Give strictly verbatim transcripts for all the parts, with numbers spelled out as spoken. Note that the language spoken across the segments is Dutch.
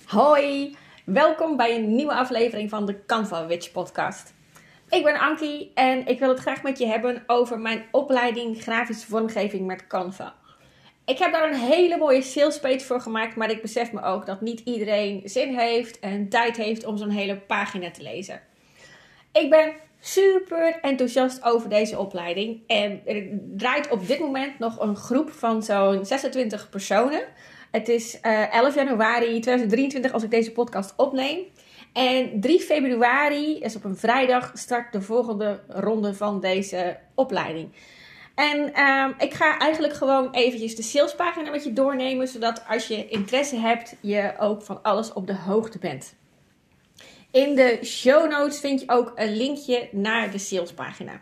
Hoi, welkom bij een nieuwe aflevering van de Canva Witch podcast. Ik ben Ankie en ik wil het graag met je hebben over mijn opleiding grafische vormgeving met Canva. Ik heb daar een hele mooie salespage voor gemaakt, maar ik besef me ook dat niet iedereen zin heeft en tijd heeft om zo'n hele pagina te lezen. Ik ben super enthousiast over deze opleiding en er draait op dit moment nog een groep van zo'n zesentwintig personen. Het is uh, elf januari tweeduizend drieëntwintig als ik deze podcast opneem. En drie februari, is op een vrijdag, start de volgende ronde van deze opleiding. En uh, ik ga eigenlijk gewoon eventjes de salespagina met je doornemen, zodat als je interesse hebt, je ook van alles op de hoogte bent. In de show notes vind je ook een linkje naar de salespagina.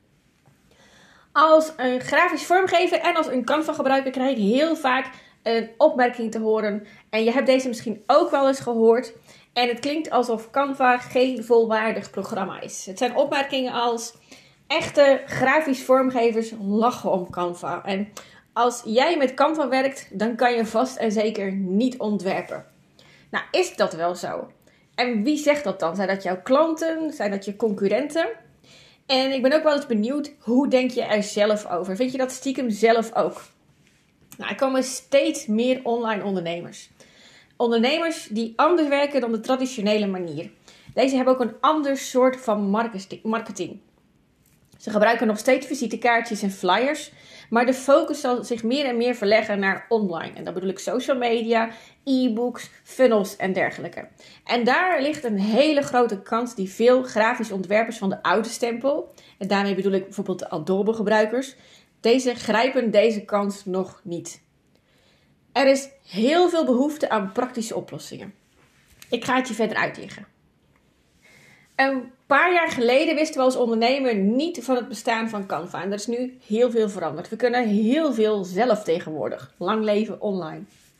Als een grafisch vormgever en als een Canva gebruiker krijg ik heel vaak een opmerking te horen. En je hebt deze misschien ook wel eens gehoord. En het klinkt alsof Canva geen volwaardig programma is. Het zijn opmerkingen als: echte grafisch vormgevers lachen om Canva. En als jij met Canva werkt, dan kan je vast en zeker niet ontwerpen. Nou, is dat wel zo? En wie zegt dat dan? Zijn dat jouw klanten? Zijn dat je concurrenten? En ik ben ook wel eens benieuwd, hoe denk je er zelf over? Vind je dat stiekem zelf ook? Nou, er komen steeds meer online ondernemers. Ondernemers die anders werken dan de traditionele manier. Deze hebben ook een ander soort van marketing. Ze gebruiken nog steeds visitekaartjes en flyers, maar de focus zal zich meer en meer verleggen naar online. En dat bedoel ik social media, e-books, funnels en dergelijke. En daar ligt een hele grote kans die veel grafisch ontwerpers van de oude stempel, en daarmee bedoel ik bijvoorbeeld de Adobe gebruikers, deze grijpen deze kans nog niet. Er is heel veel behoefte aan praktische oplossingen. Ik ga het je verder uitleggen. Een paar jaar geleden wisten we als ondernemer niet van het bestaan van Canva. En er is nu heel veel veranderd. We kunnen heel veel zelf tegenwoordig. Lang leven online.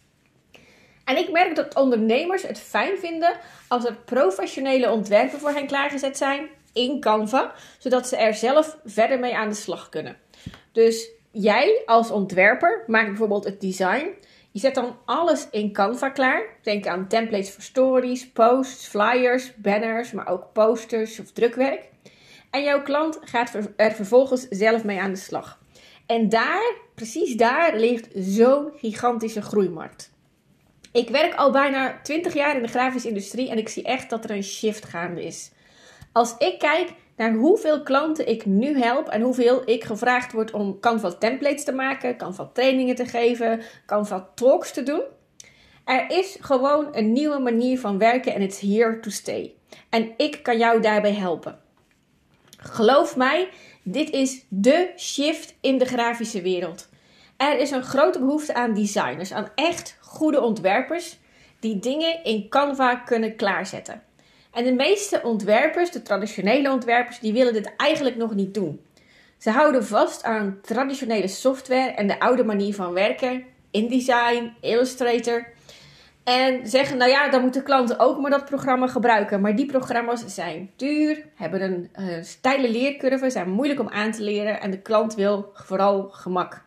En ik merk dat ondernemers het fijn vinden als er professionele ontwerpen voor hen klaargezet zijn in Canva, zodat ze er zelf verder mee aan de slag kunnen. Dus jij als ontwerper maakt bijvoorbeeld het design. Je zet dan alles in Canva klaar. Denk aan templates voor stories, posts, flyers, banners, maar ook posters of drukwerk. En jouw klant gaat er vervolgens zelf mee aan de slag. En daar, precies daar, ligt zo'n gigantische groeimarkt. Ik werk al bijna twintig jaar in de grafische industrie en ik zie echt dat er een shift gaande is. Als ik kijk naar hoeveel klanten ik nu help en hoeveel ik gevraagd word om Canva templates te maken, Canva trainingen te geven, Canva talks te doen. Er is gewoon een nieuwe manier van werken en it's here to stay. En ik kan jou daarbij helpen. Geloof mij, dit is dé shift in de grafische wereld. Er is een grote behoefte aan designers, aan echt goede ontwerpers die dingen in Canva kunnen klaarzetten. En de meeste ontwerpers, de traditionele ontwerpers, die willen dit eigenlijk nog niet doen. Ze houden vast aan traditionele software en de oude manier van werken, InDesign, Illustrator. En zeggen, nou ja, dan moeten klanten ook maar dat programma gebruiken. Maar die programma's zijn duur, hebben een uh, steile leercurve, zijn moeilijk om aan te leren en de klant wil vooral gemak.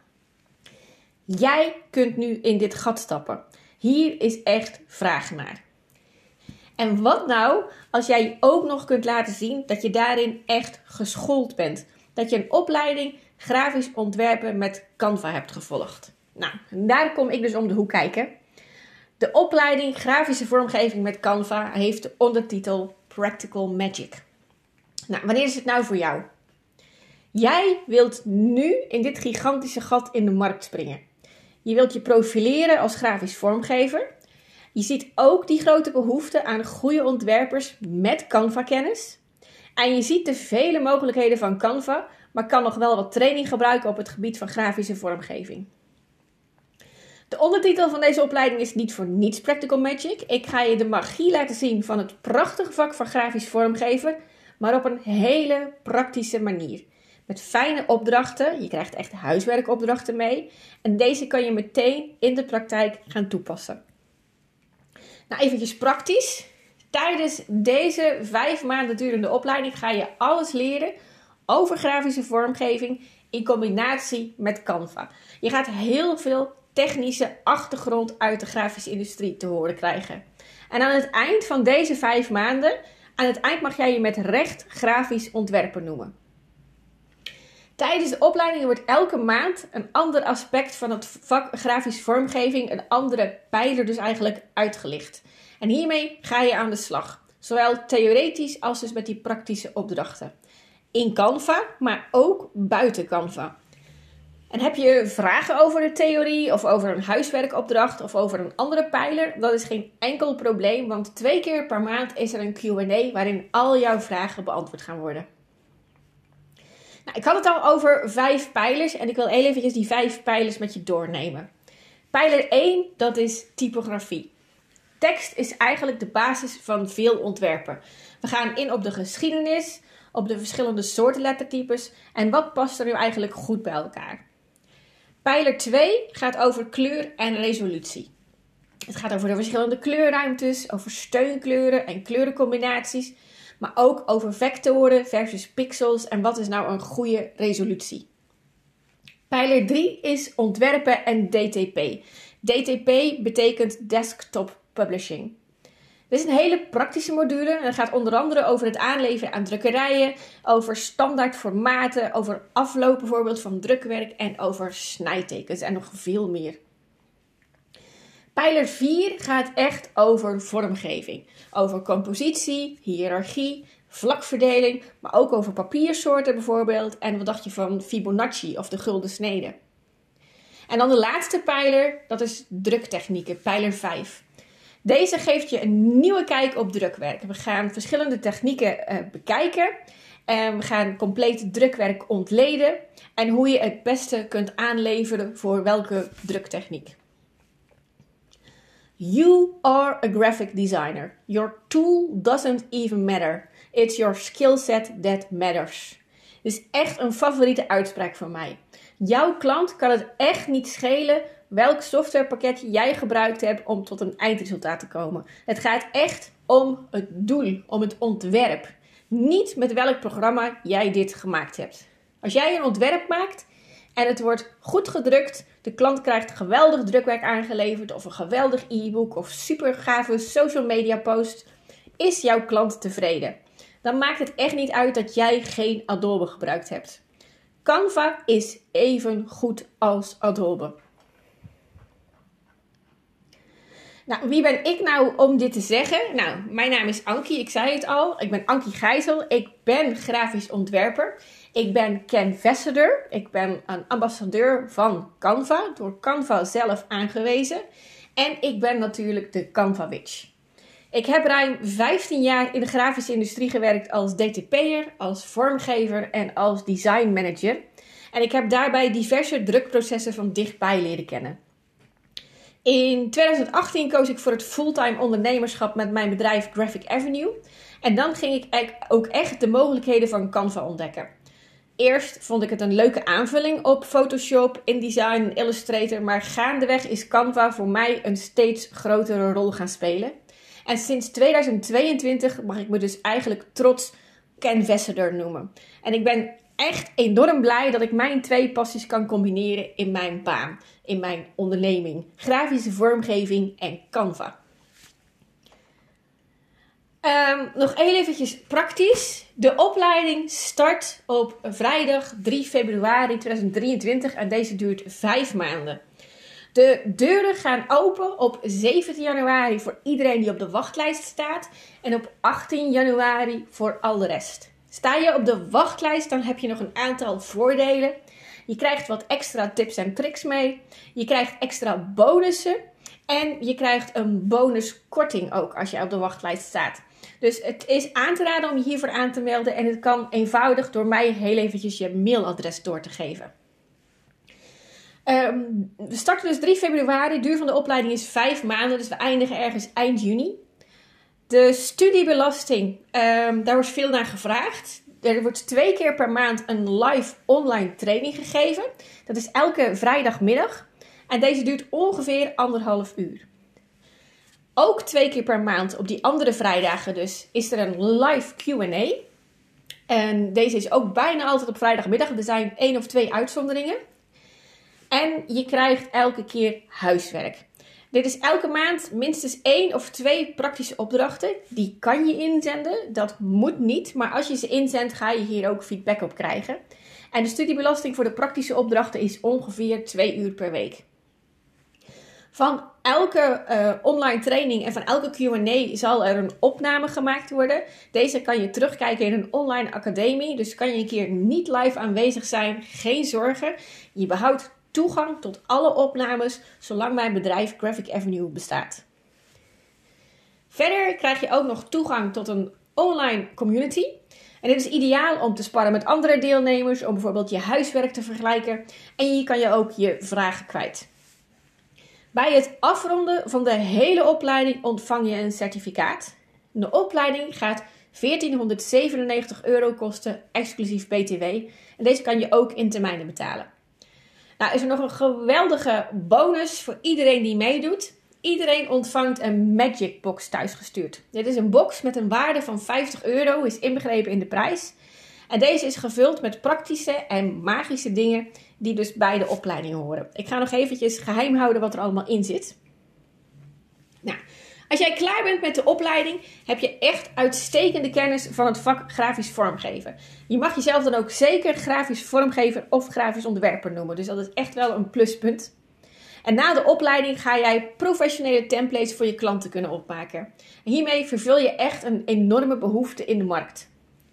Jij kunt nu in dit gat stappen. Hier is echt vraag naar. En wat nou als jij ook nog kunt laten zien dat je daarin echt geschoold bent. Dat je een opleiding grafisch ontwerpen met Canva hebt gevolgd. Nou, daar kom ik dus om de hoek kijken. De opleiding grafische vormgeving met Canva heeft de ondertitel Practical Magic. Nou, wanneer is het nou voor jou? Jij wilt nu in dit gigantische gat in de markt springen. Je wilt je profileren als grafisch vormgever. Je ziet ook die grote behoefte aan goede ontwerpers met Canva-kennis. En je ziet de vele mogelijkheden van Canva, maar kan nog wel wat training gebruiken op het gebied van grafische vormgeving. De ondertitel van deze opleiding is niet voor niets Practical Magic. Ik ga je de magie laten zien van het prachtige vak van grafisch vormgever, maar op een hele praktische manier. Met fijne opdrachten, je krijgt echt huiswerkopdrachten mee. En deze kan je meteen in de praktijk gaan toepassen. Nou, eventjes praktisch. Tijdens deze vijf maanden durende opleiding ga je alles leren over grafische vormgeving in combinatie met Canva. Je gaat heel veel technische achtergrond uit de grafische industrie te horen krijgen. En aan het eind van deze vijf maanden, aan het eind mag jij je met recht grafisch ontwerper noemen. Tijdens de opleiding wordt elke maand een ander aspect van het vak grafische vormgeving, een andere pijler dus eigenlijk, uitgelicht. En hiermee ga je aan de slag. Zowel theoretisch als dus met die praktische opdrachten. In Canva, maar ook buiten Canva. En heb je vragen over de theorie of over een huiswerkopdracht of over een andere pijler? Dat is geen enkel probleem, want twee keer per maand is er een Q en A waarin al jouw vragen beantwoord gaan worden. Nou, ik had het al over vijf pijlers en ik wil heel eventjes die vijf pijlers met je doornemen. Pijler één, dat is typografie. Tekst is eigenlijk de basis van veel ontwerpen. We gaan in op de geschiedenis, op de verschillende soorten lettertypes en wat past er nu eigenlijk goed bij elkaar. Pijler twee gaat over kleur en resolutie. Het gaat over de verschillende kleurruimtes, over steunkleuren en kleurencombinaties, maar ook over vectoren versus pixels en wat is nou een goede resolutie. Pijler drie is ontwerpen en D T P. D T P betekent Desktop Publishing. Dit is een hele praktische module en het gaat onder andere over het aanleveren aan drukkerijen, over standaard formaten, over afloop bijvoorbeeld van drukwerk en over snijtekens en nog veel meer. Pijler vier gaat echt over vormgeving, over compositie, hiërarchie, vlakverdeling, maar ook over papiersoorten bijvoorbeeld en wat dacht je van Fibonacci of de gulden snede. En dan de laatste pijler, dat is druktechnieken, pijler vijf. Deze geeft je een nieuwe kijk op drukwerk. We gaan verschillende technieken uh, bekijken. En we gaan compleet drukwerk ontleden. En hoe je het beste kunt aanleveren voor welke druktechniek. You are a graphic designer. Your tool doesn't even matter. It's your skill set that matters. Dit is echt een favoriete uitspraak van mij. Jouw klant kan het echt niet schelen welk softwarepakket jij gebruikt hebt om tot een eindresultaat te komen. Het gaat echt om het doel, om het ontwerp. Niet met welk programma jij dit gemaakt hebt. Als jij een ontwerp maakt en het wordt goed gedrukt, de klant krijgt geweldig drukwerk aangeleverd of een geweldig e-book of super gave social media post, is jouw klant tevreden. Dan maakt het echt niet uit dat jij geen Adobe gebruikt hebt. Canva is even goed als Adobe. Nou, wie ben ik nou om dit te zeggen? Nou, mijn naam is Ankie, ik zei het al. Ik ben Ankie Gijzel, ik ben grafisch ontwerper. Ik ben Canvassador, ik ben een ambassadeur van Canva, door Canva zelf aangewezen. En ik ben natuurlijk de Canva Witch. Ik heb ruim vijftien jaar in de grafische industrie gewerkt als D T P'er, als vormgever en als design manager. En ik heb daarbij diverse drukprocessen van dichtbij leren kennen. In twintig achttien koos ik voor het fulltime ondernemerschap met mijn bedrijf Graphic Avenue. En dan ging ik ook echt de mogelijkheden van Canva ontdekken. Eerst vond ik het een leuke aanvulling op Photoshop, InDesign en Illustrator. Maar gaandeweg is Canva voor mij een steeds grotere rol gaan spelen. En sinds tweeduizend tweeëntwintig mag ik me dus eigenlijk trots Canvassador noemen. En ik ben echt enorm blij dat ik mijn twee passies kan combineren in mijn baan, in mijn onderneming. Grafische vormgeving en Canva. Um, nog heel eventjes praktisch. De opleiding start op vrijdag drie februari tweeduizend drieëntwintig en deze duurt vijf maanden. De deuren gaan open op zeventien januari voor iedereen die op de wachtlijst staat en op achttien januari voor al de rest. Sta je op de wachtlijst, dan heb je nog een aantal voordelen. Je krijgt wat extra tips en tricks mee. Je krijgt extra bonussen. En je krijgt een bonuskorting ook als je op de wachtlijst staat. Dus het is aan te raden om je hiervoor aan te melden. En het kan eenvoudig door mij heel eventjes je mailadres door te geven. Um, we starten dus drie februari. De duur van de opleiding is vijf maanden. Dus we eindigen ergens eind juni. De studiebelasting, um, daar wordt veel naar gevraagd. Er wordt twee keer per maand een live online training gegeven. Dat is elke vrijdagmiddag. En deze duurt ongeveer anderhalf uur. Ook twee keer per maand, op die andere vrijdagen dus, is er een live Q en A. En deze is ook bijna altijd op vrijdagmiddag. Er zijn één of twee uitzonderingen. En je krijgt elke keer huiswerk. Dit is elke maand minstens één of twee praktische opdrachten. Die kan je inzenden. Dat moet niet. Maar als je ze inzendt, ga je hier ook feedback op krijgen. En de studiebelasting voor de praktische opdrachten is ongeveer twee uur per week. Van elke uh, online training en van elke Q en A zal er een opname gemaakt worden. Deze kan je terugkijken in een online academie. Dus kan je een keer niet live aanwezig zijn, geen zorgen. Je behoudt toegang tot alle opnames zolang mijn bedrijf Graphic Avenue bestaat. Verder krijg je ook nog toegang tot een online community. En dit is ideaal om te sparren met andere deelnemers, om bijvoorbeeld je huiswerk te vergelijken. En je kan je ook je vragen kwijt. Bij het afronden van de hele opleiding ontvang je een certificaat. De opleiding gaat veertienhonderdzevenennegentig euro kosten, exclusief B T W. En deze kan je ook in termijnen betalen. Nou is er nog een geweldige bonus voor iedereen die meedoet. Iedereen ontvangt een Magic Box thuisgestuurd. Dit is een box met een waarde van vijftig euro, is inbegrepen in de prijs. En deze is gevuld met praktische en magische dingen die dus bij de opleiding horen. Ik ga nog eventjes geheim houden wat er allemaal in zit. Nou, als jij klaar bent met de opleiding, heb je echt uitstekende kennis van het vak grafisch vormgeven. Je mag jezelf dan ook zeker grafisch vormgever of grafisch ontwerper noemen. Dus dat is echt wel een pluspunt. En na de opleiding ga jij professionele templates voor je klanten kunnen opmaken. En hiermee vervul je echt een enorme behoefte in de markt.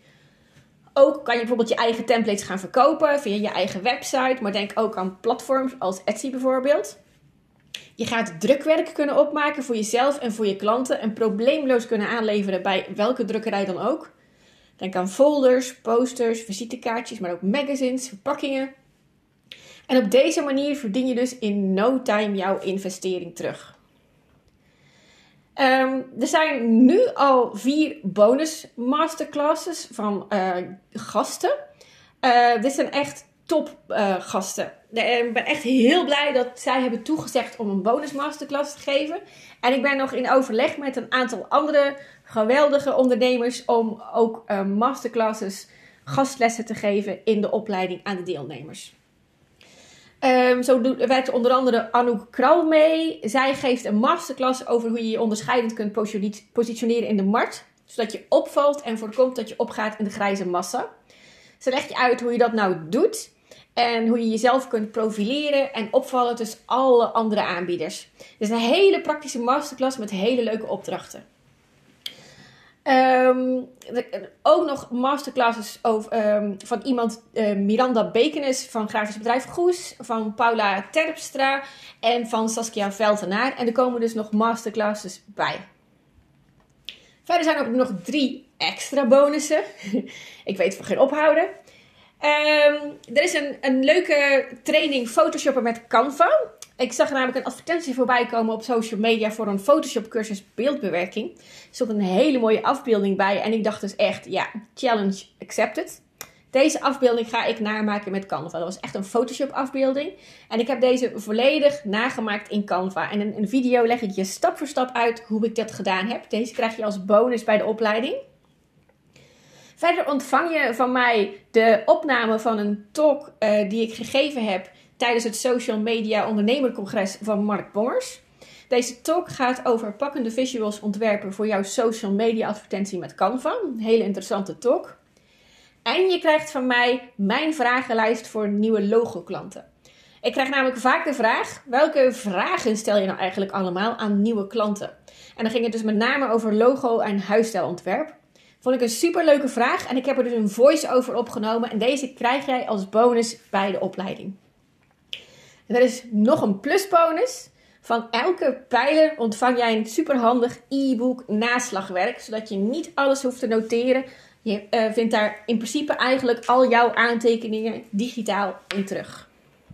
Ook kan je bijvoorbeeld je eigen templates gaan verkopen via je eigen website. Maar denk ook aan platforms als Etsy bijvoorbeeld. Je gaat drukwerk kunnen opmaken voor jezelf en voor je klanten. En probleemloos kunnen aanleveren bij welke drukkerij dan ook. Denk aan folders, posters, visitekaartjes, maar ook magazines, verpakkingen. En op deze manier verdien je dus in no time jouw investering terug. Um, er zijn nu al vier bonus masterclasses van uh, gasten. Uh, dit zijn echt top uh, gasten. Ik ben echt heel blij dat zij hebben toegezegd om een bonus masterclass te geven. En ik ben nog in overleg met een aantal andere geweldige ondernemers om ook uh, masterclasses, gastlessen te geven in de opleiding aan de deelnemers. Um, zo doet, werkt onder andere Anouk Kral mee. Zij geeft een masterclass over hoe je je onderscheidend kunt positioneren in de markt. Zodat je opvalt en voorkomt dat je opgaat in de grijze massa. Ze legt je uit hoe je dat nou doet. En hoe je jezelf kunt profileren en opvallen tussen alle andere aanbieders. Dus een hele praktische masterclass met hele leuke opdrachten. Um, ook nog masterclasses over, um, van iemand, uh, Miranda Bekenis van grafisch bedrijf Goes, van Paula Terpstra en van Saskia Veltenaar. En er komen dus nog masterclasses bij. Verder zijn er ook nog drie extra bonussen. Ik weet van geen ophouden. Um, er is een, een leuke training Photoshoppen met Canva. Ik zag namelijk een advertentie voorbij komen op social media voor een Photoshop cursus beeldbewerking. Er stond een hele mooie afbeelding bij en ik dacht dus echt, ja, challenge accepted. Deze afbeelding ga ik namaken met Canva. Dat was echt een Photoshop afbeelding. En ik heb deze volledig nagemaakt in Canva. En in een video leg ik je stap voor stap uit hoe ik dat gedaan heb. Deze krijg je als bonus bij de opleiding. Verder ontvang je van mij de opname van een talk uh, die ik gegeven heb tijdens het Social Media Ondernemercongres van Mark Bongers. Deze talk gaat over pakkende visuals ontwerpen voor jouw social media advertentie met Canva. Een hele interessante talk. En je krijgt van mij mijn vragenlijst voor nieuwe logo-klanten. Ik krijg namelijk vaak de vraag, welke vragen stel je nou eigenlijk allemaal aan nieuwe klanten? En dan ging het dus met name over logo en huisstijlontwerp. Vond ik een superleuke vraag en ik heb er dus een voice-over opgenomen. En deze krijg jij als bonus bij de opleiding. En er is nog een plusbonus. Van elke pijler ontvang jij een superhandig e-book naslagwerk. Zodat je niet alles hoeft te noteren. Je uh, vindt daar in principe eigenlijk al jouw aantekeningen digitaal in terug.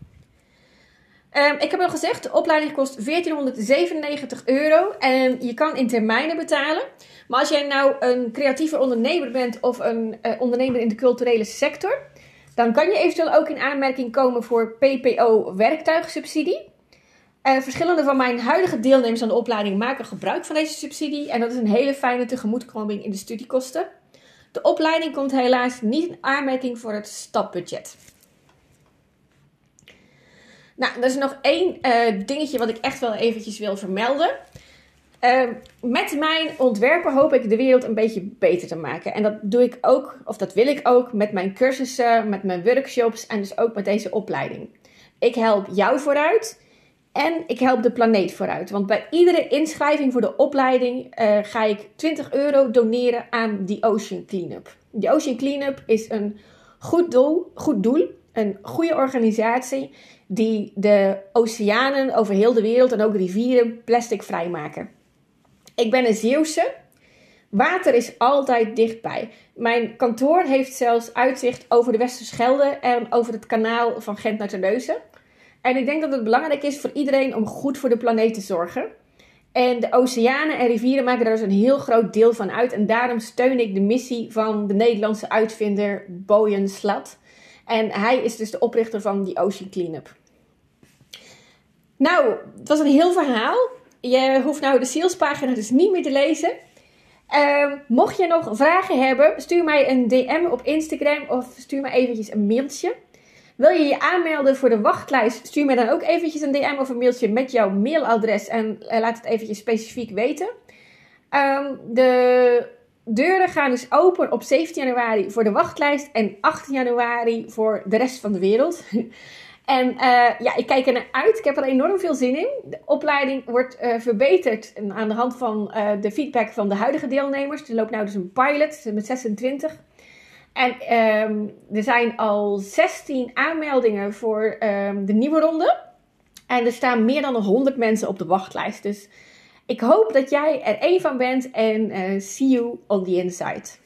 Um, ik heb al gezegd, de opleiding kost veertienhonderdzevenennegentig euro. En je kan in termijnen betalen. Maar als jij nou een creatieve ondernemer bent of een uh, ondernemer in de culturele sector, dan kan je eventueel ook in aanmerking komen voor P P O-werktuigsubsidie. Uh, verschillende van mijn huidige deelnemers aan de opleiding maken gebruik van deze subsidie. En dat is een hele fijne tegemoetkoming in de studiekosten. De opleiding komt helaas niet in aanmerking voor het stapbudget. Nou, er is nog één uh, dingetje wat ik echt wel eventjes wil vermelden. Uh, met mijn ontwerpen hoop ik de wereld een beetje beter te maken. En dat doe ik ook, of dat wil ik ook, met mijn cursussen, met mijn workshops en dus ook met deze opleiding. Ik help jou vooruit en ik help de planeet vooruit. Want bij iedere inschrijving voor de opleiding uh, ga ik twintig euro doneren aan The Ocean Cleanup. The Ocean Cleanup is een goed doel, goed doel, een goede organisatie die de oceanen over heel de wereld en ook rivieren plastic vrijmaken. Ik ben een Zeeuwse. Water is altijd dichtbij. Mijn kantoor heeft zelfs uitzicht over de Westerschelde en over het kanaal van Gent naar Terneuzen. En ik denk dat het belangrijk is voor iedereen om goed voor de planeet te zorgen. En de oceanen en rivieren maken daar dus een heel groot deel van uit. En daarom steun ik de missie van de Nederlandse uitvinder Boyan Slat. En hij is dus de oprichter van The Ocean Cleanup. Nou, het was een heel verhaal. Je hoeft nou de salespagina dus niet meer te lezen. Uh, mocht je nog vragen hebben, stuur mij een D M op Instagram of stuur mij eventjes een mailtje. Wil je je aanmelden voor de wachtlijst, stuur mij dan ook eventjes een D M of een mailtje met jouw mailadres en uh, laat het eventjes specifiek weten. Um, de deuren gaan dus open op zeventien januari voor de wachtlijst en achttien januari voor de rest van de wereld. En uh, ja, ik kijk er naar uit. Ik heb er enorm veel zin in. De opleiding wordt uh, verbeterd aan de hand van uh, de feedback van de huidige deelnemers. Er loopt nou dus een pilot met zesentwintig. En um, er zijn al zestien aanmeldingen voor um, de nieuwe ronde. En er staan meer dan honderd mensen op de wachtlijst. Dus ik hoop dat jij er één van bent. En uh, see you on the inside.